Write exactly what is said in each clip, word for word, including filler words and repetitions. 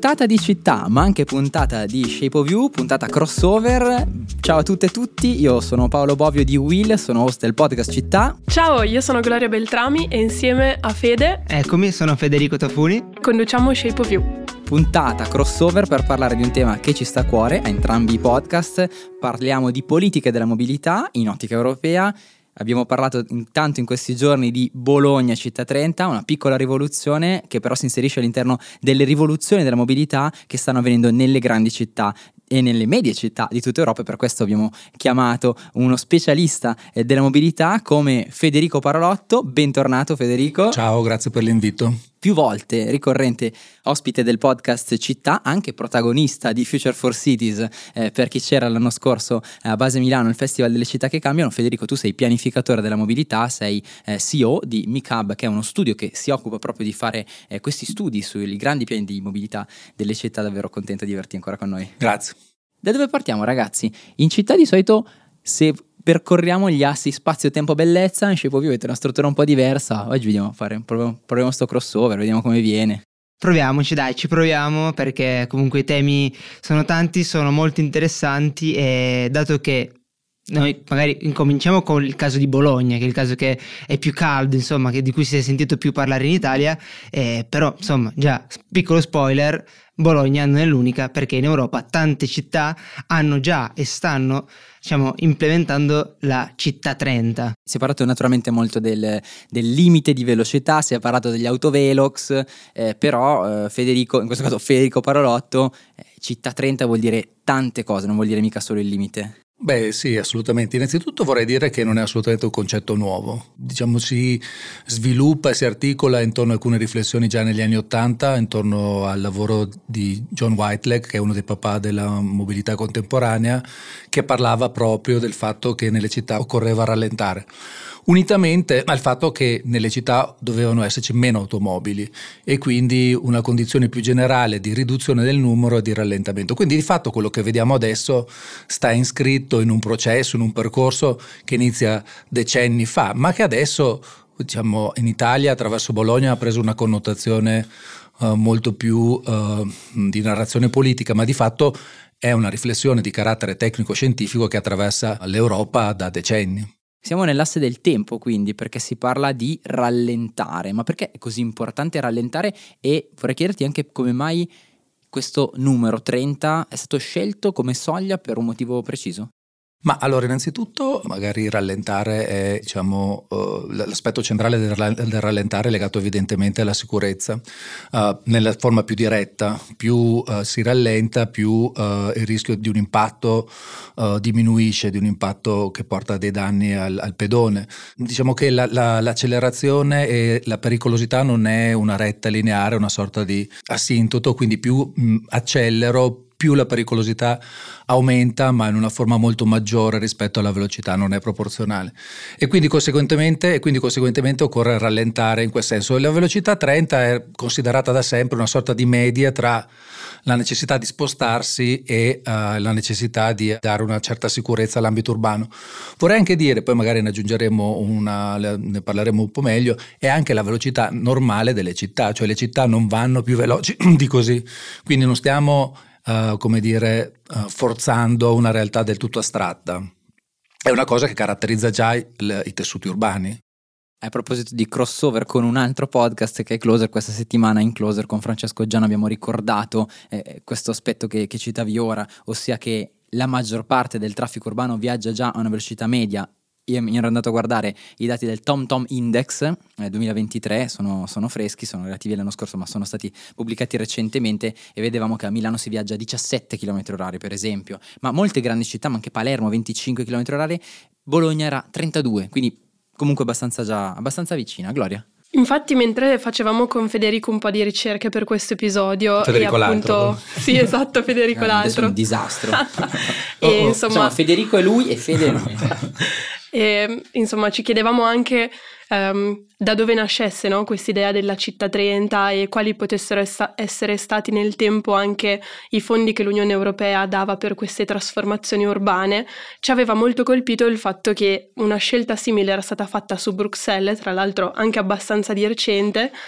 Puntata di città, ma anche puntata di Shape of You, puntata crossover. Ciao a tutte e tutti, io sono Paolo Bovio di Will, sono host del podcast Città. Ciao, io sono Gloria Beltrami e insieme a Fede, eccomi, sono Federico Tafuni, conduciamo Shape of You. Puntata crossover per parlare di un tema che ci sta a cuore a entrambi i podcast. Parliamo di politiche della mobilità in ottica europea. Abbiamo parlato intanto in questi giorni di Bologna Città trenta, una piccola rivoluzione che però si inserisce all'interno delle rivoluzioni della mobilità che stanno avvenendo nelle grandi città e nelle medie città di tutta Europa. Per questo abbiamo chiamato uno specialista della mobilità come Federico Parolotto. Bentornato Federico. Ciao, grazie per l'invito. Più volte ricorrente ospite del podcast Città, anche protagonista di Future for Cities, eh, per chi c'era l'anno scorso a Base Milano, il Festival delle Città che Cambiano. Federico, tu sei pianificatore della mobilità, sei eh, C E O di MICHub, che è uno studio che si occupa proprio di fare eh, questi studi sui grandi piani di mobilità delle città. Davvero contento di averti ancora con noi. Grazie. Da dove partiamo, ragazzi? In città di solito, se percorriamo gli assi spazio, tempo, bellezza, in Shape of You avete una struttura un po' diversa. Oggi vediamo a fare, proviamo, proviamo sto crossover, vediamo come viene. Proviamoci, dai, ci proviamo, perché comunque i temi sono tanti, sono molto interessanti, e dato che noi magari incominciamo con il caso di Bologna, che è il caso che è più caldo, insomma, che di cui si è sentito più parlare in Italia, eh, però insomma, già piccolo spoiler, Bologna non è l'unica, perché in Europa tante città hanno già e stanno, diciamo, implementando la Città trenta. Si è parlato naturalmente molto del, del limite di velocità, si è parlato degli autovelox, eh, però eh, Federico, in questo caso Federico Parolotto, eh, Città trenta vuol dire tante cose, non vuol dire mica solo il limite. Beh sì, assolutamente. Innanzitutto vorrei dire che non è assolutamente un concetto nuovo. Diciamo si sviluppa e si articola intorno a alcune riflessioni già negli anni Ottanta, intorno al lavoro di John Whiteleg, che è uno dei papà della mobilità contemporanea, che parlava proprio del fatto che nelle città occorreva rallentare, unitamente al fatto che nelle città dovevano esserci meno automobili e quindi una condizione più generale di riduzione del numero e di rallentamento. Quindi di fatto quello che vediamo adesso sta inscritto in un processo, in un percorso che inizia decenni fa, ma che adesso, diciamo, in Italia attraverso Bologna ha preso una connotazione uh, molto più uh, di narrazione politica, ma di fatto è una riflessione di carattere tecnico-scientifico che attraversa l'Europa da decenni. Siamo nell'asse del tempo, quindi, perché si parla di rallentare. Ma perché è così importante rallentare? E vorrei chiederti anche come mai questo numero trenta è stato scelto come soglia per un motivo preciso. Ma allora, innanzitutto, magari rallentare è, diciamo, uh, l'aspetto centrale del, del rallentare è legato evidentemente alla sicurezza. Uh, nella forma più diretta, più uh, si rallenta, più uh, il rischio di un impatto uh, diminuisce, di un impatto che porta dei danni al, al pedone. Diciamo che la, la, l'accelerazione e la pericolosità non è una retta lineare, è una sorta di asintoto, quindi più mh, accelero, più la pericolosità aumenta, ma in una forma molto maggiore rispetto alla velocità, non è proporzionale. E quindi conseguentemente, e quindi conseguentemente occorre rallentare in quel senso. La velocità trenta è considerata da sempre una sorta di media tra la necessità di spostarsi e uh, la necessità di dare una certa sicurezza all'ambito urbano. Vorrei anche dire, poi magari ne aggiungeremo una, ne parleremo un po' meglio, è anche la velocità normale delle città, cioè le città non vanno più veloci di così, quindi non stiamo Uh, come dire, uh, forzando una realtà del tutto astratta. È una cosa che caratterizza già i, i tessuti urbani. A proposito di crossover con un altro podcast che è Closer, questa settimana in Closer con Francesco Giano abbiamo ricordato eh, questo aspetto che, che citavi ora, ossia che la maggior parte del traffico urbano viaggia già a una velocità media. Io mi ero andato a guardare i dati del TomTom Index eh, duemilaventitré, sono, sono freschi, sono relativi all'anno scorso, ma sono stati pubblicati recentemente e vedevamo che a Milano si viaggia a diciassette chilometri orari per esempio, ma molte grandi città, ma anche Palermo venticinque chilometri orari, Bologna era trentadue, quindi comunque abbastanza già abbastanza vicina. Gloria? Infatti, mentre facevamo con Federico un po' di ricerche per questo episodio, Federico e appunto l'altro. Sì, esatto, Federico Eh, l'altro. È un disastro. E oh, oh, insomma, insomma, Federico è lui e Fede è lui. E insomma ci chiedevamo anche um, da dove nascesse, no, quest'idea della Città trenta e quali potessero essa- essere stati nel tempo anche i fondi che l'Unione Europea dava per queste trasformazioni urbane. Ci aveva molto colpito il fatto che una scelta simile era stata fatta su Bruxelles, tra l'altro anche abbastanza di recente,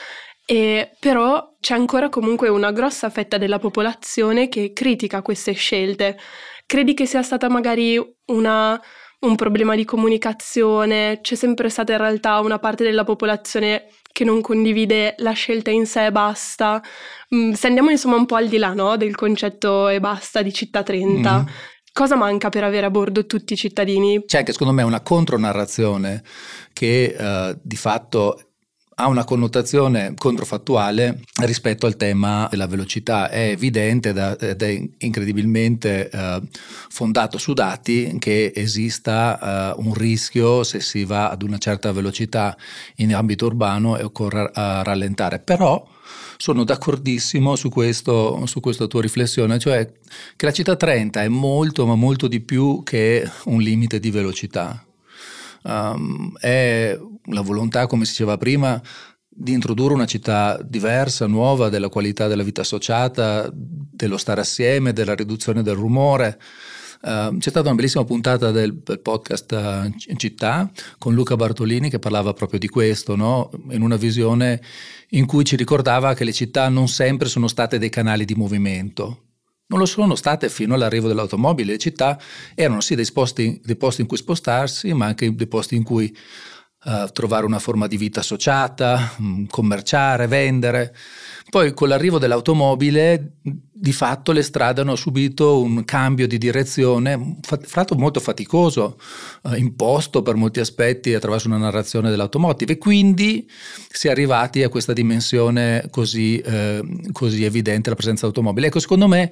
E però c'è ancora comunque una grossa fetta della popolazione che critica queste scelte. Credi che sia stata magari una, un problema di comunicazione? C'è sempre stata in realtà una parte della popolazione che non condivide la scelta in sé e basta? Mm, se andiamo insomma un po' al di là, no, del concetto e basta di Città trenta, mm. cosa manca per avere a bordo tutti i cittadini? C'è anche secondo me una contronarrazione che uh, di fatto ha una connotazione controfattuale rispetto al tema della velocità. È evidente ed è incredibilmente uh, fondato su dati che esista uh, un rischio se si va ad una certa velocità in ambito urbano e occorre uh, rallentare. Però sono d'accordissimo su questo, su questa tua riflessione, cioè che la Città trenta è molto ma molto di più che un limite di velocità. Um, è la volontà, come si diceva prima, di introdurre una città diversa, nuova, della qualità della vita associata, dello stare assieme, della riduzione del rumore. Uh, c'è stata una bellissima puntata del, del podcast uh, Città con Luca Bartolini che parlava proprio di questo, no? In una visione in cui ci ricordava che le città non sempre sono state dei canali di movimento. Non lo sono state fino all'arrivo dell'automobile. Le città erano sì dei posti, dei posti in cui spostarsi, ma anche dei posti in cui uh, trovare una forma di vita associata, mh, commerciare, vendere. Poi con l'arrivo dell'automobile di fatto le strade hanno subito un cambio di direzione, fra l'altro molto faticoso, uh, imposto per molti aspetti attraverso una narrazione dell'automotive, e quindi si è arrivati a questa dimensione così, eh, così evidente, la presenza dell'automobile. Ecco, secondo me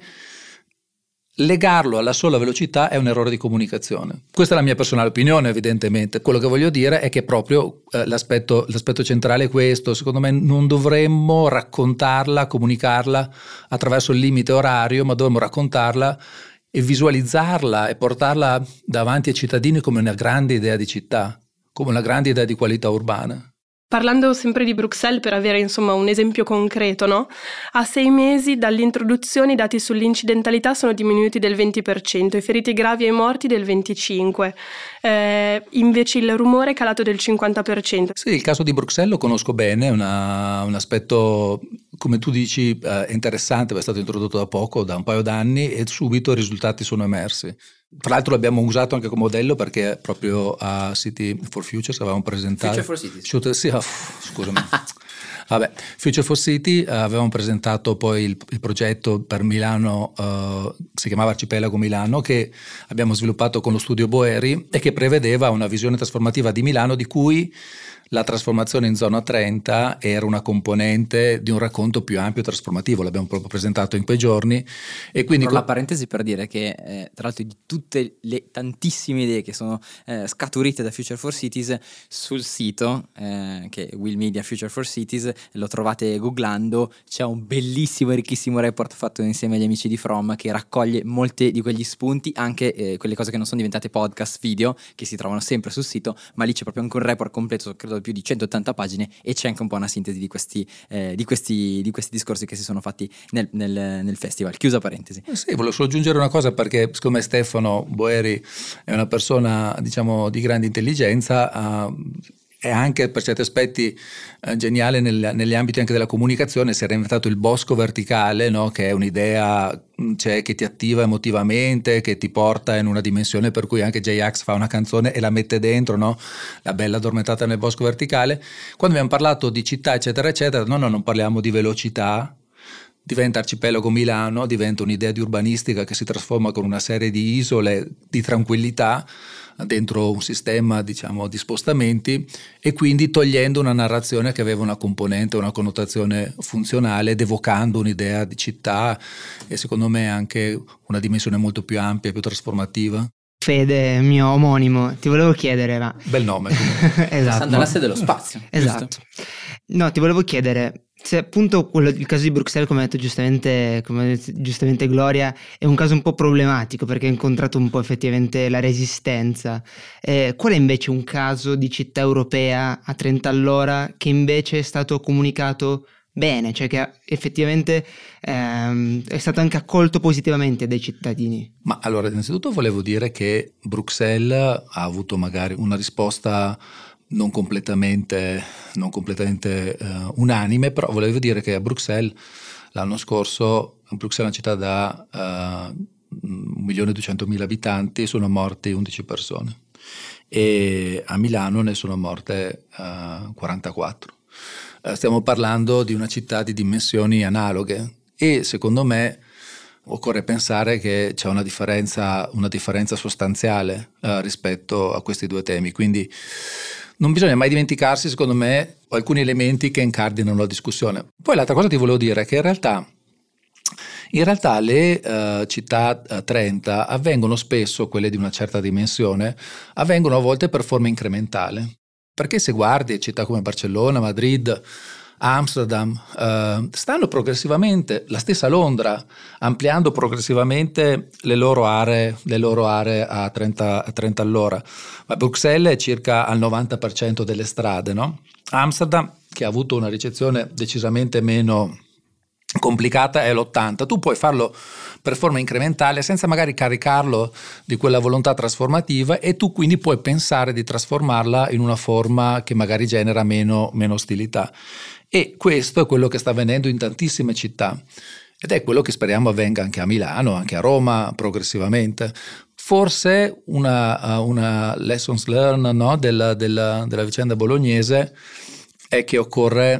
legarlo alla sola velocità è un errore di comunicazione. Questa è la mia personale opinione, evidentemente. Quello che voglio dire è che proprio eh, l'aspetto, l'aspetto centrale è questo. Secondo me non dovremmo raccontarla, comunicarla attraverso il limite orario, ma dovremmo raccontarla e visualizzarla e portarla davanti ai cittadini come una grande idea di città, come una grande idea di qualità urbana. Parlando sempre di Bruxelles, per avere insomma un esempio concreto, no? A sei mesi dall'introduzione i dati sull'incidentalità sono diminuiti del venti per cento, i feriti gravi e i morti del venticinque per cento, eh, invece il rumore è calato del cinquanta per cento. Sì, il caso di Bruxelles lo conosco bene, è una, un aspetto, come tu dici, eh, interessante, è stato introdotto da poco, da un paio d'anni, e subito i risultati sono emersi. Tra l'altro l'abbiamo usato anche come modello perché proprio a City for Futures avevamo presentato Future for Cities. Sì, oh, scusami. Vabbè, Future for City eh, avevamo presentato poi il, il progetto per Milano, eh, si chiamava Arcipelago Milano, che abbiamo sviluppato con lo studio Boeri e che prevedeva una visione trasformativa di Milano di cui la trasformazione in zona trenta era una componente di un racconto più ampio e trasformativo, l'abbiamo proprio presentato in quei giorni. E quindi Però la parentesi per dire che eh, tra l'altro di tutte le tantissime idee che sono eh, scaturite da Future for Cities, sul sito eh, che è Will Media Future for Cities, lo trovate googlando, c'è un bellissimo e ricchissimo report fatto insieme agli amici di From che raccoglie molti di quegli spunti, anche eh, quelle cose che non sono diventate podcast, video, che si trovano sempre sul sito, ma lì c'è proprio anche un report completo, credo più di centottanta pagine, e c'è anche un po' una sintesi di questi, eh, di questi, di questi discorsi che si sono fatti nel, nel, nel festival. Chiusa parentesi. Eh sì, volevo solo aggiungere una cosa, perché secondo me Stefano Boeri è una persona, diciamo, di grande intelligenza, uh, è anche per certi aspetti eh, geniale nel, negli ambiti anche della comunicazione. Si era inventato il bosco verticale, no? Che è un'idea, cioè, che ti attiva emotivamente, che ti porta in una dimensione per cui anche J-Ax fa una canzone e la mette dentro, no? La bella addormentata nel bosco verticale. Quando abbiamo parlato di città eccetera eccetera, no no non parliamo di velocità, diventa Arcipelago Milano, diventa un'idea di urbanistica che si trasforma con una serie di isole di tranquillità dentro un sistema, diciamo, di spostamenti, e quindi togliendo una narrazione che aveva una componente, una connotazione funzionale ed evocando un'idea di città e secondo me anche una dimensione molto più ampia e più trasformativa. Fede, mio omonimo, ti volevo chiedere, ma... Bel nome. Esatto. Passando alla sede dello spazio. Esatto. Giusto? No, ti volevo chiedere se appunto quello, il caso di Bruxelles, come ha detto giustamente, come ha detto giustamente Gloria, è un caso un po' problematico perché ha incontrato un po' effettivamente la resistenza. Eh, qual è invece un caso di città europea a trenta all'ora che invece è stato comunicato bene, cioè che effettivamente ehm, è stato anche accolto positivamente dai cittadini? Ma allora, innanzitutto volevo dire che Bruxelles ha avuto magari una risposta non completamente, non completamente uh, unanime, però volevo dire che a Bruxelles l'anno scorso, Bruxelles è una città da uh, un milione e duecentomila abitanti, sono morte undici persone e a Milano ne sono morte uh, quarantaquattro. Uh, stiamo parlando di una città di dimensioni analoghe e secondo me occorre pensare che c'è una differenza, una differenza sostanziale uh, rispetto a questi due temi, quindi non bisogna mai dimenticarsi, secondo me, alcuni elementi che incardinano la discussione. Poi l'altra cosa che ti volevo dire è che in realtà In realtà le uh, città uh, trenta avvengono spesso, quelle di una certa dimensione, avvengono a volte per forma incrementale. Perché se guardi città come Barcellona, Madrid, Amsterdam, uh, stanno progressivamente, la stessa Londra, ampliando progressivamente le loro aree, le loro aree a trenta, a trenta all'ora. Ma Bruxelles è circa al novanta per cento delle strade, no? Amsterdam, che ha avuto una ricezione decisamente meno complicata, è l'ottanta. Tu puoi farlo per forma incrementale senza magari caricarlo di quella volontà trasformativa e tu quindi puoi pensare di trasformarla in una forma che magari genera meno, meno ostilità. E questo è quello che sta avvenendo in tantissime città ed è quello che speriamo avvenga anche a Milano, anche a Roma progressivamente. Forse una, una lessons learned, no, della, della, della vicenda bolognese è che occorre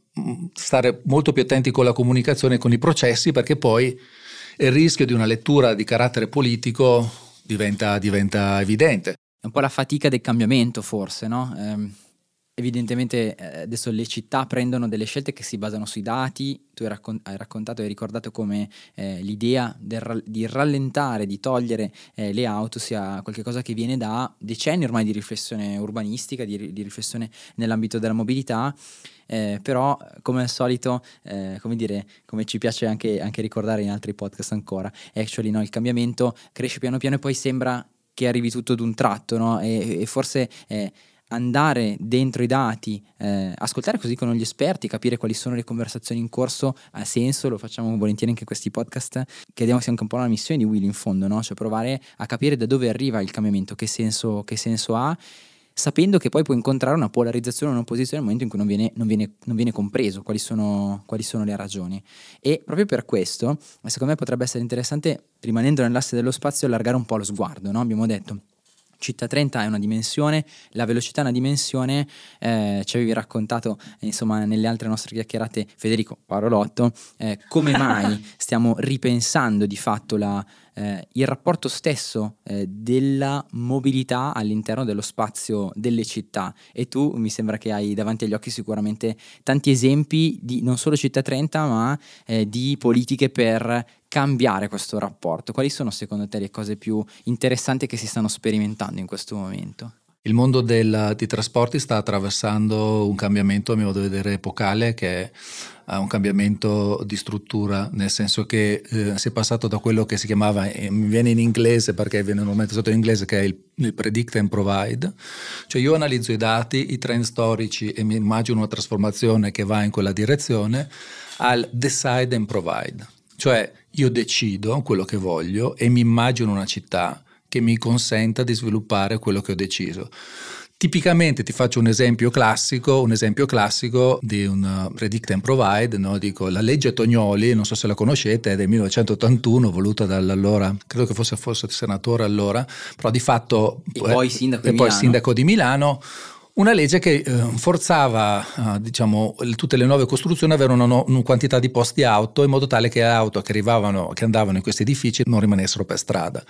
stare molto più attenti con la comunicazione e con i processi, perché poi il rischio di una lettura di carattere politico diventa, diventa evidente. È un po' la fatica del cambiamento forse, no? Eh, evidentemente eh, adesso le città prendono delle scelte che si basano sui dati. Tu hai, raccon- hai raccontato e hai ricordato come eh, l'idea del, di rallentare, di togliere eh, le auto sia qualcosa che viene da decenni ormai di riflessione urbanistica, di, di riflessione nell'ambito della mobilità. Eh, però come al solito, eh, come dire, come ci piace anche, anche ricordare in altri podcast ancora, actually no, il cambiamento cresce piano piano e poi sembra che arrivi tutto d'un tratto, no? E, e forse eh, andare dentro i dati, eh, ascoltare così con gli esperti, capire quali sono le conversazioni in corso ha senso. Lo facciamo volentieri anche in questi podcast, crediamo sia anche un po' una missione di Will in fondo, no? Cioè provare a capire da dove arriva il cambiamento, che senso, che senso ha, sapendo che poi può incontrare una polarizzazione, un'opposizione nel momento in cui non viene, non viene, non viene compreso quali sono, quali sono le ragioni. E proprio per questo, secondo me potrebbe essere interessante, rimanendo nell'asse dello spazio, allargare un po' lo sguardo, no? Abbiamo detto Città trenta è una dimensione, la velocità è una dimensione, eh, ci avevi raccontato insomma nelle altre nostre chiacchierate, Federico Parolotto, eh, come mai stiamo ripensando di fatto la, eh, il rapporto stesso eh, della mobilità all'interno dello spazio delle città. E tu mi sembra che hai davanti agli occhi sicuramente tanti esempi di non solo Città trenta ma eh, di politiche per cambiare questo rapporto. Quali sono secondo te le cose più interessanti che si stanno sperimentando in questo momento? Il mondo del, dei trasporti sta attraversando un cambiamento, a mio modo di vedere, epocale, che è un cambiamento di struttura, nel senso che eh, si è passato da quello che si chiamava, eh, mi viene in inglese perché viene normalmente usato in inglese, che è il, il predict and provide, cioè io analizzo i dati, i trend storici e mi immagino una trasformazione che va in quella direzione, al decide and provide. Cioè io decido quello che voglio e mi immagino una città che mi consenta di sviluppare quello che ho deciso. Tipicamente ti faccio un esempio classico, un esempio classico di un predict and provide, no? Dico, la legge Tognoli, non so se la conoscete, è del millenovecentottantuno, voluta dall'allora, credo che fosse, fosse senatore allora, però di fatto e poi sindaco, e di, poi Milano. sindaco di Milano. Una legge che eh, forzava eh, diciamo, tutte le nuove costruzioni ad avere una, no, una quantità di posti auto in modo tale che le auto che arrivavano, che andavano in questi edifici non rimanessero per strada.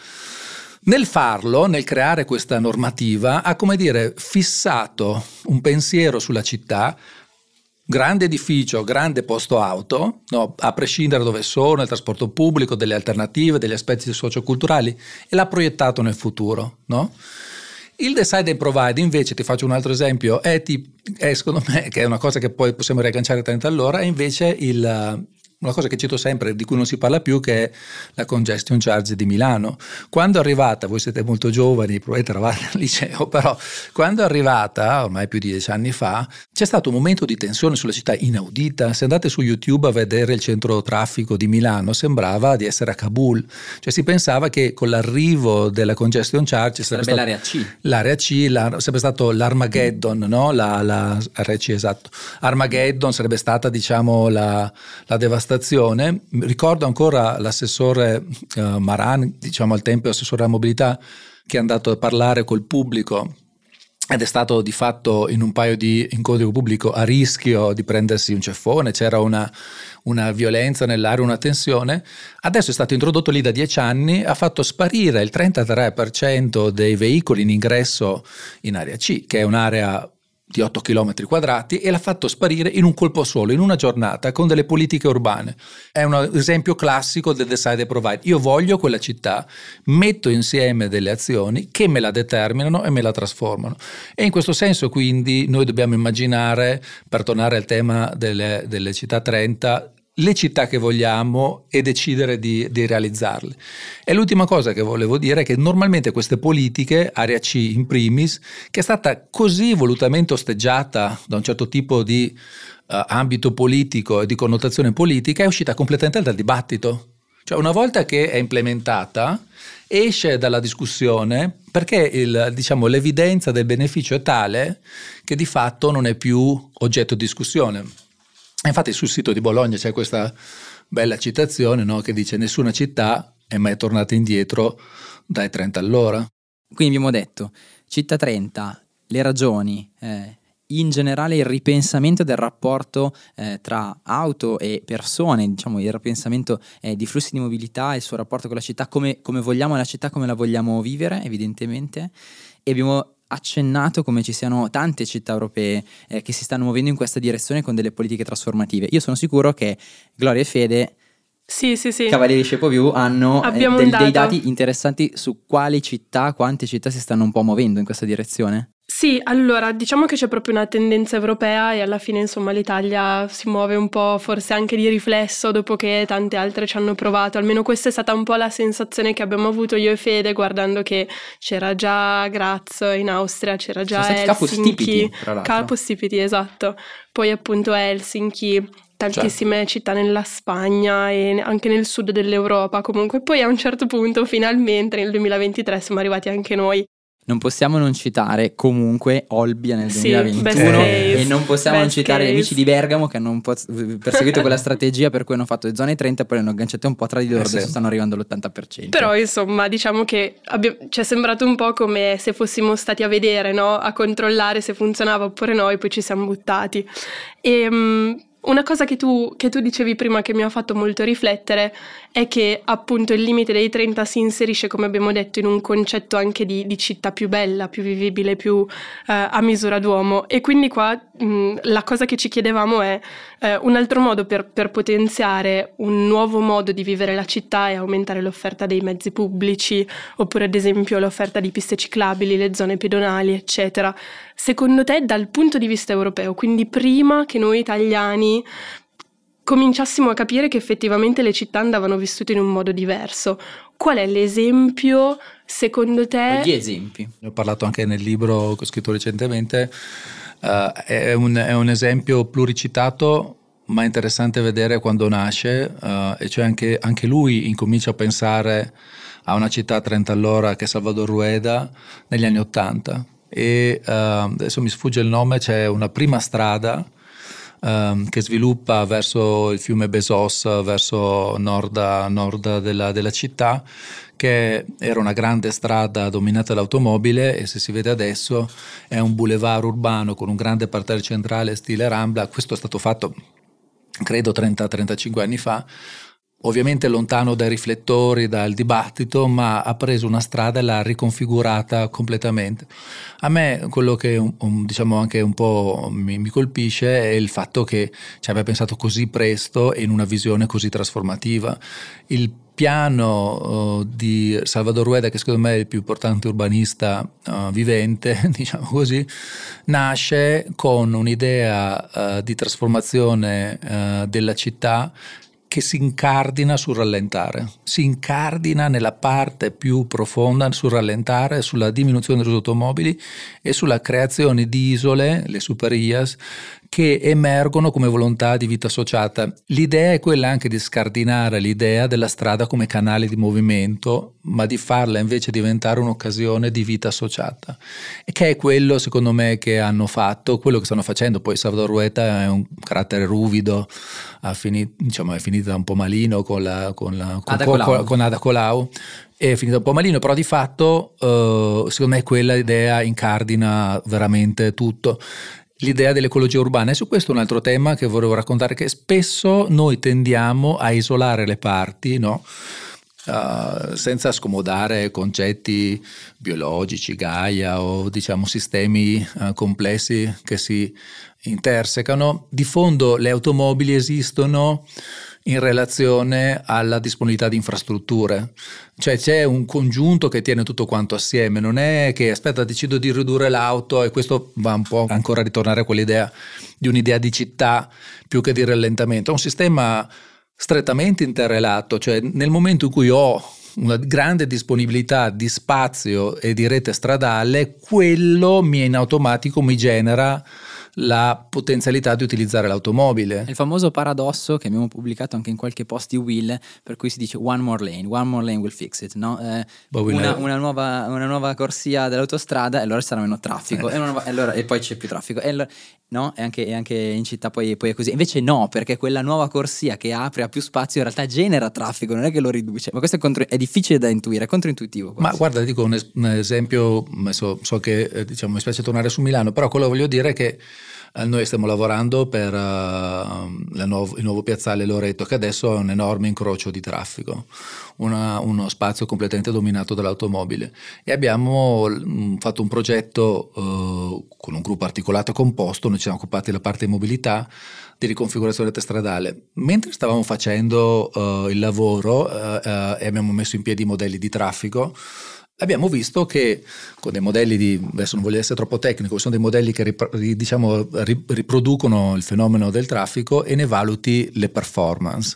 Nel farlo, nel creare questa normativa, ha come dire fissato un pensiero sulla città, grande edificio, grande posto auto, no, a prescindere dove sono, il trasporto pubblico, delle alternative, degli aspetti socioculturali, e l'ha proiettato nel futuro, no? Il decide and provide invece, ti faccio un altro esempio, è, ti, è secondo me, che è una cosa che poi possiamo riagganciare trenta all'ora, è invece il, una cosa che cito sempre, di cui non si parla più, che è la congestion charge di Milano. Quando è arrivata, voi siete molto giovani, probabilmente eravate al liceo, però quando è arrivata, ormai più di dieci anni fa, c'è stato un momento di tensione sulla città inaudita. Se andate su YouTube a vedere il centro traffico di Milano, sembrava di essere a Kabul. Cioè si pensava che con l'arrivo della congestion charge sarebbe, sarebbe l'area C. L'area C, la, sarebbe stato l'Armageddon, no? La, la area C, esatto. Armageddon sarebbe stata, diciamo, la, la devastazione. Ricordo ancora l'assessore uh, Maran, diciamo al tempo assessore alla mobilità, che è andato a parlare col pubblico ed è stato di fatto in un paio di incontri con il pubblico a rischio di prendersi un ceffone, c'era una, una violenza nell'aria, una tensione. Adesso è stato introdotto lì da dieci anni, ha fatto sparire il trentatré per cento dei veicoli in ingresso in area C, che è un'area di otto chilometri quadrati, e l'ha fatto sparire in un colpo solo, in una giornata, con delle politiche urbane. È un esempio classico del decide and provide. Io voglio quella città, metto insieme delle azioni che me la determinano e me la trasformano. E in questo senso quindi noi dobbiamo immaginare, per tornare al tema delle, delle città trenta, le città che vogliamo e decidere di, di realizzarle. E l'ultima cosa che volevo dire è che normalmente queste politiche, area C in primis, che è stata così volutamente osteggiata da un certo tipo di uh, ambito politico e di connotazione politica, è uscita completamente dal dibattito. Cioè una volta che è implementata esce dalla discussione, perché il, diciamo, l'evidenza del beneficio è tale che di fatto non è più oggetto di discussione. Infatti sul sito di Bologna c'è questa bella citazione, no, che dice: nessuna città è mai tornata indietro dai trenta all'ora. Quindi abbiamo detto città trenta, le ragioni, eh, in generale il ripensamento del rapporto eh, tra auto e persone, diciamo il ripensamento eh, di flussi di mobilità e il suo rapporto con la città, come, come vogliamo la città, come la vogliamo vivere evidentemente, e abbiamo accennato come ci siano tante città europee eh, che si stanno muovendo in questa direzione con delle politiche trasformative. Io sono sicuro che Gloria e Fede, sì, sì, sì, Cavalieri Shape of You, hanno eh, del, dato. dei dati interessanti su quali città, quante città si stanno un po' muovendo in questa direzione. Sì, allora diciamo che c'è proprio una tendenza europea e alla fine insomma l'Italia si muove un po' forse anche di riflesso dopo che tante altre ci hanno provato, almeno questa è stata un po' la sensazione che abbiamo avuto io e Fede guardando che c'era già Graz in Austria, c'era già Sono stati Helsinki, capostipiti, tra l'altro. capostipiti, esatto, poi appunto Helsinki, tantissime certo. città nella Spagna e anche nel sud dell'Europa comunque, poi a un certo punto finalmente nel duemilaventitré siamo arrivati anche noi. Non possiamo non citare comunque Olbia nel sì, duemilaventuno e non possiamo non citare case. Gli amici di Bergamo che hanno un po' perseguito quella strategia per cui hanno fatto le zone trenta e poi le hanno agganciate un po' tra di loro, eh adesso sì. stanno arrivando all'ottanta per cento. Però insomma diciamo che abbiamo, ci è sembrato un po' come se fossimo stati a vedere, no? A controllare se funzionava oppure no, e poi ci siamo buttati. E um, una cosa che tu, che tu dicevi prima che mi ha fatto molto riflettere è che appunto il limite dei trenta si inserisce, come abbiamo detto, in un concetto anche di, di città più bella, più vivibile, più eh, a misura d'uomo, e quindi qua mh, la cosa che ci chiedevamo è eh, un altro modo per, per potenziare un nuovo modo di vivere la città e aumentare l'offerta dei mezzi pubblici, oppure ad esempio l'offerta di piste ciclabili, le zone pedonali eccetera. Secondo te dal punto di vista europeo, quindi prima che noi italiani cominciassimo a capire che effettivamente le città andavano vissute in un modo diverso, qual è l'esempio secondo te? Gli esempi. Ne ho parlato anche nel libro che ho scritto recentemente, uh, è, un, è un esempio pluricitato ma interessante vedere quando nasce, uh, e cioè anche, anche lui incomincia a pensare a una città a trenta all'ora che è Salvador Rueda negli anni ottanta. E uh, adesso mi sfugge il nome, c'è una prima strada um, che sviluppa verso il fiume Besós, verso nord, nord della, della città, che era una grande strada dominata dall'automobile, e se si vede adesso è un boulevard urbano con un grande parterre centrale stile Rambla. Questo è stato fatto credo trenta trentacinque anni fa, ovviamente lontano dai riflettori, dal dibattito, ma ha preso una strada e l'ha riconfigurata completamente. A me quello che un, un, diciamo anche un po' mi, mi colpisce è il fatto che ci abbia pensato così presto e in una visione così trasformativa. Il piano uh, di Salvador Rueda, che secondo me è il più importante urbanista uh, vivente, diciamo così, nasce con un'idea uh, di trasformazione uh, della città che si incardina sul rallentare, si incardina nella parte più profonda sul rallentare, sulla diminuzione delle automobili e sulla creazione di isole, le super I A S, che emergono come volontà di vita associata. L'idea è quella anche di scardinare l'idea della strada come canale di movimento, ma di farla invece diventare un'occasione di vita associata, e che è quello secondo me che hanno fatto, quello che stanno facendo. Poi Salvador Rueta è un carattere ruvido, ha finito, diciamo, è finita un po' malino con, la, con, la, con, Ada con, Colau. con Ada Colau, è finita un po' malino, però di fatto eh, secondo me quella idea incardina veramente tutto. L'idea dell'ecologia urbana, e su questo un altro tema che volevo raccontare, che spesso noi tendiamo a isolare le parti, no? Uh, senza scomodare concetti biologici, Gaia, o diciamo sistemi uh, complessi che si intersecano. Di fondo le automobili esistono in relazione alla disponibilità di infrastrutture, cioè c'è un congiunto che tiene tutto quanto assieme, non è che aspetta decido di ridurre l'auto, e questo va un po' ancora a ritornare a quell'idea di un'idea di città più che di rallentamento. È un sistema strettamente interrelato, cioè nel momento in cui ho una grande disponibilità di spazio e di rete stradale, quello mi in automatico mi genera la potenzialità di utilizzare l'automobile. Il famoso paradosso che abbiamo pubblicato anche in qualche post di Will, per cui si dice one more lane, one more lane will fix it, no? Eh, una, una, nuova, una nuova corsia dell'autostrada e allora sarà meno traffico, eh. e, nuova, e, allora, e poi c'è più traffico, e allora, no? E anche, e anche in città poi, poi è così. Invece no, perché quella nuova corsia che apre a più spazio in realtà genera traffico, non è che lo riduce. Ma questo è, contro, è difficile da intuire, è controintuitivo quasi. Ma guarda, dico un, es- un esempio, so, so che eh, diciamo mi spiace tornare su Milano, però quello che voglio dire è che noi stiamo lavorando per uh, la nuovo, il nuovo piazzale Loreto, che adesso è un enorme incrocio di traffico, una, uno spazio completamente dominato dall'automobile, e abbiamo um, fatto un progetto uh, con un gruppo articolato e composto. Noi ci siamo occupati della parte di mobilità, di riconfigurazione stradale. Mentre stavamo facendo uh, il lavoro uh, uh, e abbiamo messo in piedi i modelli di traffico, abbiamo visto che con dei modelli di, adesso non voglio essere troppo tecnico, sono dei modelli che diciamo riproducono il fenomeno del traffico e ne valuti le performance.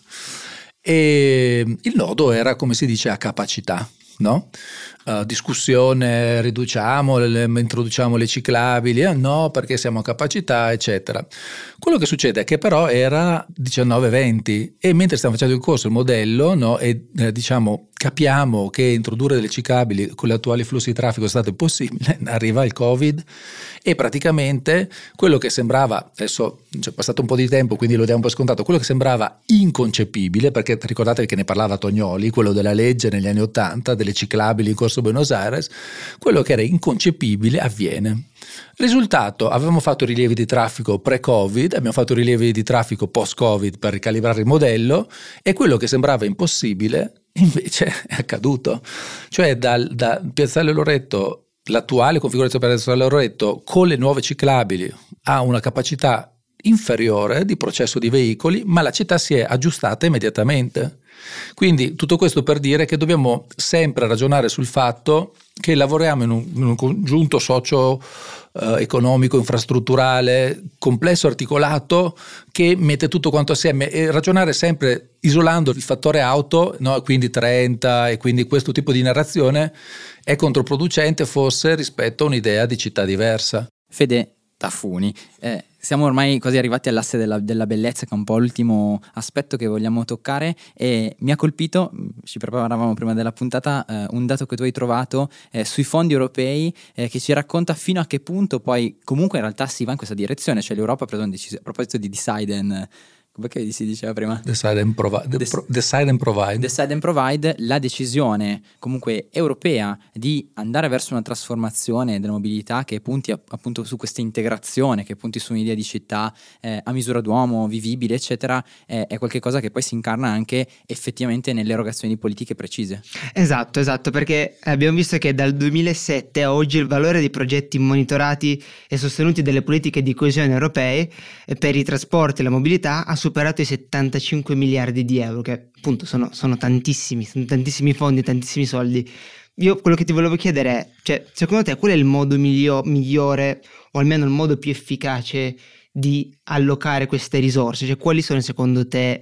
E il nodo era, come si dice, a capacità, no? Uh, discussione, riduciamo, le, introduciamo le ciclabili, eh, no, perché siamo a capacità, eccetera. Quello che succede è che però era diciannove venti, e mentre stiamo facendo il corso, il modello, no, e eh, diciamo capiamo che introdurre delle ciclabili con gli attuali flussi di traffico è stato impossibile, arriva il Covid e praticamente quello che sembrava, adesso c'è passato un po' di tempo quindi lo diamo un po' scontato, quello che sembrava inconcepibile, perché ricordatevi che ne parlava Tognoli, quello della legge negli anni ottanta delle ciclabili in corso Buenos Aires, quello che era inconcepibile avviene. Risultato, avevamo fatto rilievi di traffico pre-Covid, abbiamo fatto rilievi di traffico post-Covid per ricalibrare il modello, e quello che sembrava impossibile invece è accaduto. Cioè dal, da Piazzale Loreto, l'attuale configurazione per Piazzale Loreto con le nuove ciclabili ha una capacità inferiore di processo di veicoli, ma la città si è aggiustata immediatamente. Quindi tutto questo per dire che dobbiamo sempre ragionare sul fatto che lavoriamo in un, in un congiunto socio eh, economico, infrastrutturale, complesso, articolato, che mette tutto quanto assieme, e ragionare sempre isolando il fattore auto, no? Quindi trenta, e quindi questo tipo di narrazione è controproducente forse rispetto a un'idea di città diversa. Fede Tafuni, eh, siamo ormai quasi arrivati all'asse della, della bellezza, che è un po' l'ultimo aspetto che vogliamo toccare, e mi ha colpito, ci preparavamo prima della puntata, eh, un dato che tu hai trovato eh, sui fondi europei, eh, che ci racconta fino a che punto poi comunque in realtà si va in questa direzione, cioè l'Europa ha preso una decisione, a proposito di Decide, come si diceva prima? Decide and provide. Des- decide and provide. Decide and provide, la decisione comunque europea di andare verso una trasformazione della mobilità che punti a, appunto su questa integrazione, che punti su un'idea di città eh, a misura d'uomo, vivibile, eccetera, eh, è qualcosa che poi si incarna anche effettivamente nelle erogazioni di politiche precise. Esatto, esatto, perché abbiamo visto che dal duemilasette a oggi il valore dei progetti monitorati e sostenuti dalle politiche di coesione europee per i trasporti e la mobilità ha superato i settantacinque miliardi di euro, che appunto sono, sono tantissimi, sono tantissimi fondi, tantissimi soldi. Io quello che ti volevo chiedere è, cioè, secondo te qual è il modo miglio, migliore, o almeno il modo più efficace di allocare queste risorse? Cioè, quali sono secondo te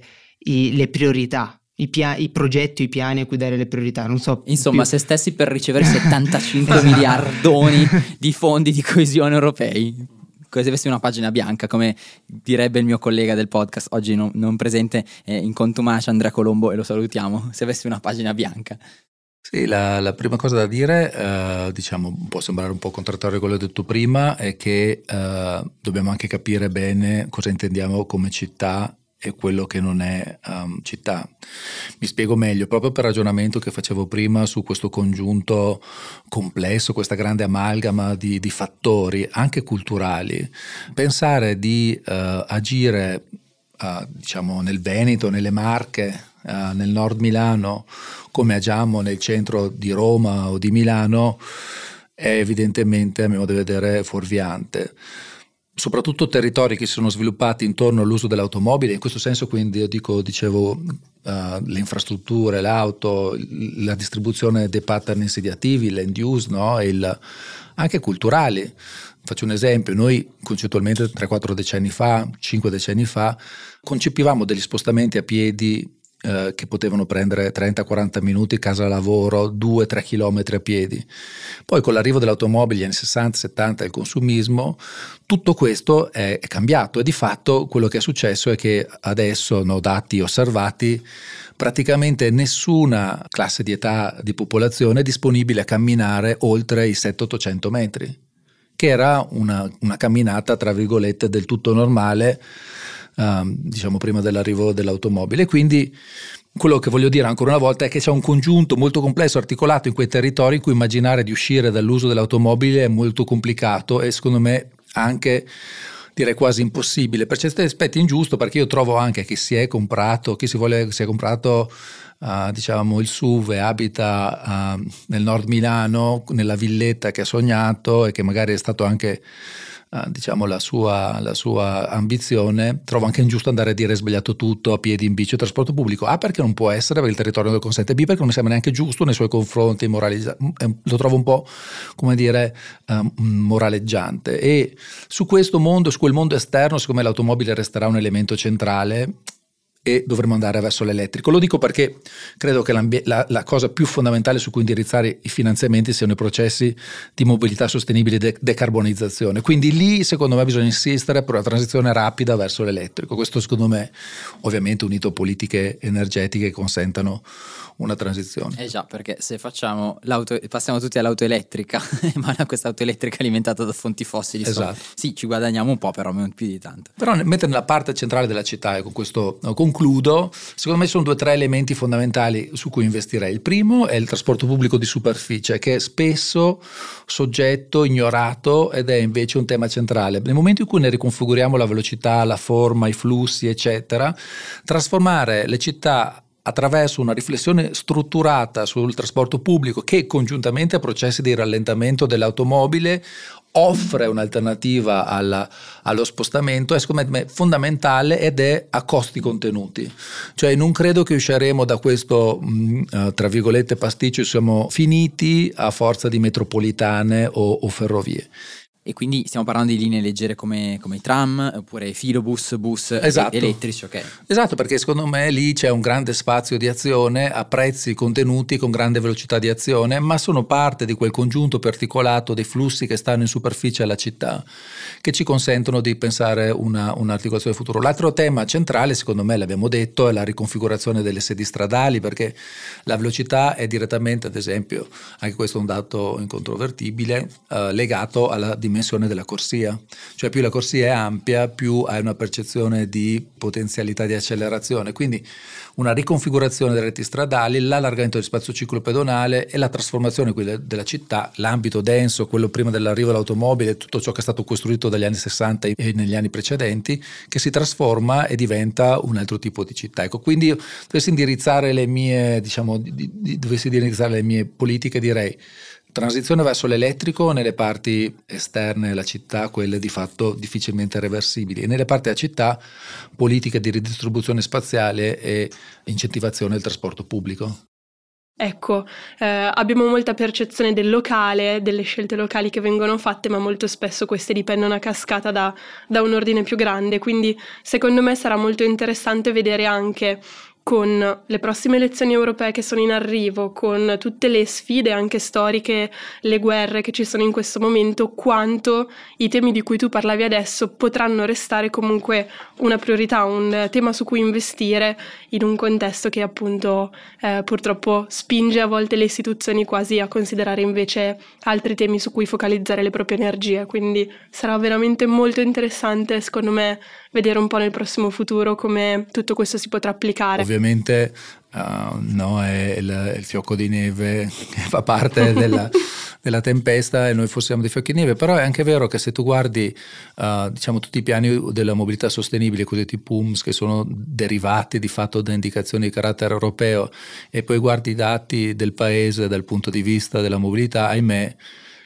i, le priorità, i, pia- i progetti, i piani a cui dare le priorità. Non so. Insomma, più... se stessi per ricevere settantacinque miliardoni di fondi di coesione europei, se avessi una pagina bianca, come direbbe il mio collega del podcast, oggi non, non presente eh, in contumacia, Andrea Colombo, e lo salutiamo, se avessi una pagina bianca. Sì, la, la prima cosa da dire, eh, diciamo, può sembrare un po' contraddittorio a quello detto prima, è che eh, dobbiamo anche capire bene cosa intendiamo come città e quello che non è um, città. Mi spiego meglio, proprio per il ragionamento che facevo prima su questo congiunto complesso, questa grande amalgama di, di fattori anche culturali. Pensare di uh, agire uh, diciamo nel Veneto, nelle Marche, uh, nel nord Milano, come agiamo nel centro di Roma o di Milano, è evidentemente, a mio modo di vedere, fuorviante. Soprattutto territori che si sono sviluppati intorno all'uso dell'automobile, in questo senso quindi io dico, dicevo, uh, le infrastrutture, l'auto, la distribuzione dei pattern insediativi, land use, no? E il, anche culturali. Faccio un esempio, noi concettualmente tre quattro decenni fa, cinque decenni fa, concepivamo degli spostamenti a piedi eh, che potevano prendere trenta quaranta minuti casa lavoro, due tre chilometri a piedi. Poi con l'arrivo dell'automobile, negli anni sessanta settanta, il consumismo, tutto questo è, è cambiato e di fatto quello che è successo è che adesso, no, dati osservati, praticamente nessuna classe di età di popolazione è disponibile a camminare oltre i settecento ottocento metri, che era una, una camminata tra virgolette del tutto normale, um, diciamo prima dell'arrivo dell'automobile. Quindi quello che voglio dire ancora una volta è che c'è un congiunto molto complesso, articolato in quei territori in cui immaginare di uscire dall'uso dell'automobile è molto complicato e secondo me anche, direi quasi impossibile, per certi aspetti ingiusto, perché io trovo anche chi si è comprato, chi si vuole, si è comprato uh, diciamo il S U V e abita uh, nel nord Milano, nella villetta che ha sognato e che magari è stato anche uh, diciamo la sua, la sua ambizione, trovo anche ingiusto andare a dire è sbagliato tutto, a piedi, in bici o trasporto pubblico. A, perché non può essere, perché il territorio non lo consente. B, perché non mi sembra neanche giusto nei suoi confronti, moralizza- lo trovo un po' come dire um, moraleggiante. E su questo mondo, su quel mondo esterno, secondo me l'automobile resterà un elemento centrale e dovremmo andare verso l'elettrico. Lo dico perché credo che la, la cosa più fondamentale su cui indirizzare i finanziamenti siano i processi di mobilità sostenibile e de- decarbonizzazione. Quindi lì secondo me bisogna insistere per una transizione rapida verso l'elettrico. Questo secondo me ovviamente unito a politiche energetiche che consentano una transizione. Eh già, perché se facciamo l'auto, passiamo tutti all'auto elettrica, ma questa auto elettrica alimentata da fonti fossili, esatto. Sì, ci guadagniamo un po', però non più di tanto. Però mentre nella parte centrale della città, e con questo no, concludo, secondo me sono due o tre elementi fondamentali su cui investirei. Il primo è il trasporto pubblico di superficie, che è spesso soggetto, ignorato, ed è invece un tema centrale. Nel momento in cui ne riconfiguriamo la velocità, la forma, i flussi, eccetera, trasformare le città attraverso una riflessione strutturata sul trasporto pubblico che congiuntamente a processi di rallentamento dell'automobile offre un'alternativa alla, allo spostamento è secondo me fondamentale ed è a costi contenuti. Cioè non credo che usciremo da questo mh, tra virgolette pasticcio, siamo finiti a forza di metropolitane o, o ferrovie. E quindi stiamo parlando di linee leggere come, come i tram, oppure filobus, bus esatto. elettrici, ok? Esatto, perché secondo me lì c'è un grande spazio di azione a prezzi contenuti con grande velocità di azione, ma sono parte di quel congiunto articolato dei flussi che stanno in superficie alla città, che ci consentono di pensare una, un'articolazione del futuro. L'altro tema centrale, secondo me, l'abbiamo detto, è la riconfigurazione delle sedi stradali, perché la velocità è direttamente, ad esempio, anche questo è un dato incontrovertibile, eh, legato alla dimensione della corsia, cioè più la corsia è ampia più hai una percezione di potenzialità di accelerazione, quindi una riconfigurazione delle reti stradali, l'allargamento del spazio ciclopedonale e la trasformazione della città, l'ambito denso, quello prima dell'arrivo dell'automobile, tutto ciò che è stato costruito dagli anni sessanta e negli anni precedenti, che si trasforma e diventa un altro tipo di città. Ecco, quindi io dovessi indirizzare le mie, diciamo, di, di, dovessi indirizzare le mie politiche, direi transizione verso l'elettrico nelle parti esterne della città, quelle di fatto difficilmente reversibili, e nelle parti della città politiche di ridistribuzione spaziale e incentivazione del trasporto pubblico. Ecco, eh, abbiamo molta percezione del locale, delle scelte locali che vengono fatte, ma molto spesso queste dipendono a cascata da, da un ordine più grande, quindi secondo me sarà molto interessante vedere anche con le prossime elezioni europee che sono in arrivo, con tutte le sfide anche storiche, le guerre che ci sono in questo momento, quanto i temi di cui tu parlavi adesso potranno restare comunque una priorità, un tema su cui investire in un contesto che appunto eh, purtroppo spinge a volte le istituzioni quasi a considerare invece altri temi su cui focalizzare le proprie energie. Quindi sarà veramente molto interessante, secondo me, vedere un po' nel prossimo futuro come tutto questo si potrà applicare. Ovviamente uh, no, è il, il fiocco di neve che fa parte della, della tempesta e noi fossimo dei fiocchi di neve, però è anche vero che se tu guardi uh, diciamo tutti i piani della mobilità sostenibile, i cosiddetti P U M S, che sono derivati di fatto da indicazioni di carattere europeo, e poi guardi i dati del paese dal punto di vista della mobilità, ahimè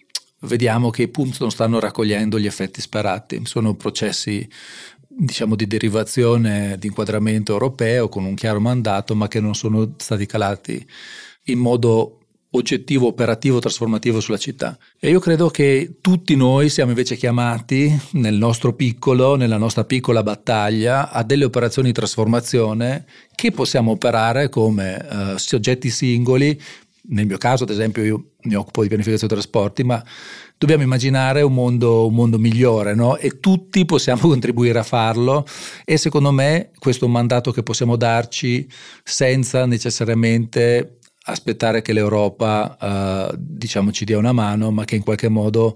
vediamo che i P U M S non stanno raccogliendo gli effetti sperati, sono processi diciamo di derivazione, di inquadramento europeo con un chiaro mandato, ma che non sono stati calati in modo oggettivo, operativo, trasformativo sulla città. E io credo che tutti noi siamo invece chiamati nel nostro piccolo, nella nostra piccola battaglia, a delle operazioni di trasformazione che possiamo operare come uh, soggetti singoli. Nel mio caso, ad esempio, io mi occupo di pianificazione dei trasporti, ma dobbiamo immaginare un mondo, un mondo migliore, no? E tutti possiamo contribuire a farlo, e secondo me questo è un mandato che possiamo darci senza necessariamente aspettare che l'Europa uh, diciamo ci dia una mano, ma che in qualche modo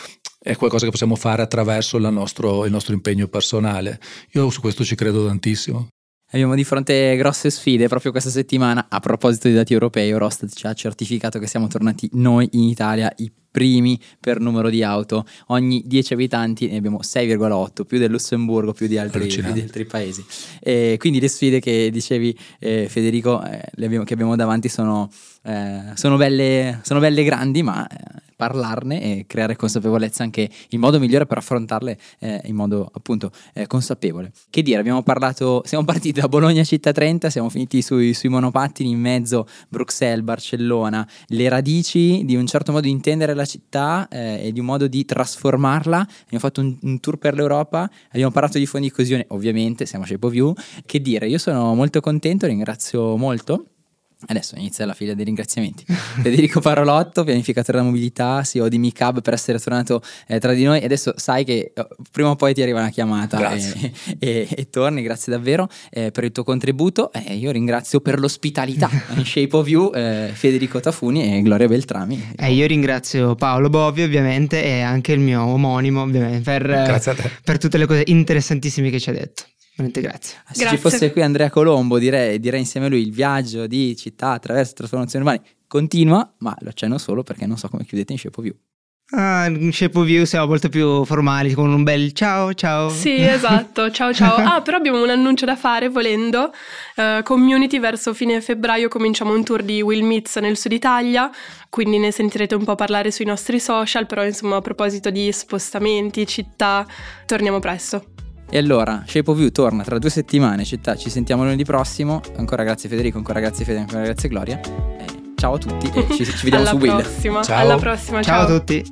è qualcosa che possiamo fare attraverso la nostro, il nostro impegno personale. Io su questo ci credo tantissimo. Abbiamo di fronte grosse sfide proprio questa settimana. A proposito dei dati europei, Eurostat ci ha certificato che siamo tornati noi in Italia i primi per numero di auto. Ogni dieci abitanti ne abbiamo sei virgola otto, più del Lussemburgo, più di altri, più di altri paesi. E quindi le sfide che dicevi eh, Federico, eh, le abbiamo, che abbiamo davanti sono, eh, sono, belle, sono belle grandi, ma eh, parlarne e creare consapevolezza anche il modo migliore per affrontarle eh, in modo appunto eh, consapevole. Che dire, abbiamo parlato, siamo partiti da Bologna Città trenta, siamo finiti sui, sui monopattini, in mezzo Bruxelles, Barcellona, le radici di un certo modo di intendere la città eh, e di un modo di trasformarla. Abbiamo fatto un, un tour per l'Europa, abbiamo parlato di fondi di coesione, ovviamente siamo a Shape of You. Che dire, io sono molto contento, ringrazio molto. Adesso inizia la fila dei ringraziamenti. Federico Parolotto, pianificatore della mobilità, C E O di MiCab, per essere tornato eh, tra di noi. E adesso sai che oh, prima o poi ti arriva una chiamata e, e, e torni. Grazie davvero eh, per il tuo contributo. Eh, io ringrazio per l'ospitalità in Shape of You eh, Federico Tafuni e Gloria Beltrami. Eh, io ringrazio Paolo Bovio ovviamente e anche il mio omonimo ovviamente per, per tutte le cose interessantissime che ci ha detto. Grazie. Grazie. Se ci fosse qui Andrea Colombo, direi, direi insieme a lui: il viaggio di città attraverso trasformazioni urbane continua, ma lo accenno solo perché non so come chiudete in Shape of You. Ah, in Shape of You siamo molto più formali, con un bel ciao ciao. Sì, esatto, ciao ciao. Ah, però abbiamo un annuncio da fare, volendo. Uh, community, verso fine febbraio cominciamo un tour di Will Meets nel sud Italia, quindi ne sentirete un po' parlare sui nostri social, però insomma a proposito di spostamenti, città, torniamo presto. E allora, Shape of You torna tra due settimane, città, ci sentiamo lunedì prossimo. Ancora grazie Federico, ancora grazie Fede, ancora grazie Gloria. Eh, ciao a tutti e ci, ci vediamo su Will. Alla prossima, ciao. Alla prossima, ciao. Ciao a tutti.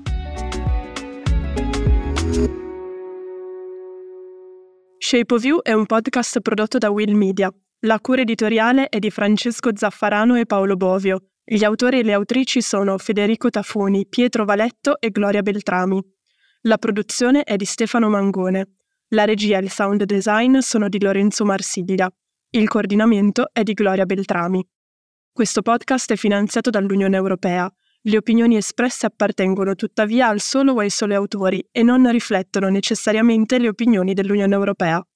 Shape of You è un podcast prodotto da Will Media. La cura editoriale è di Francesco Zaffarano e Paolo Bovio. Gli autori e le autrici sono Federico Tafuni, Pietro Valetto e Gloria Beltrami. La produzione è di Stefano Mangone. La regia e il sound design sono di Lorenzo Marsiglia. Il coordinamento è di Gloria Beltrami. Questo podcast è finanziato dall'Unione Europea. Le opinioni espresse appartengono tuttavia al solo o ai soli autori e non riflettono necessariamente le opinioni dell'Unione Europea.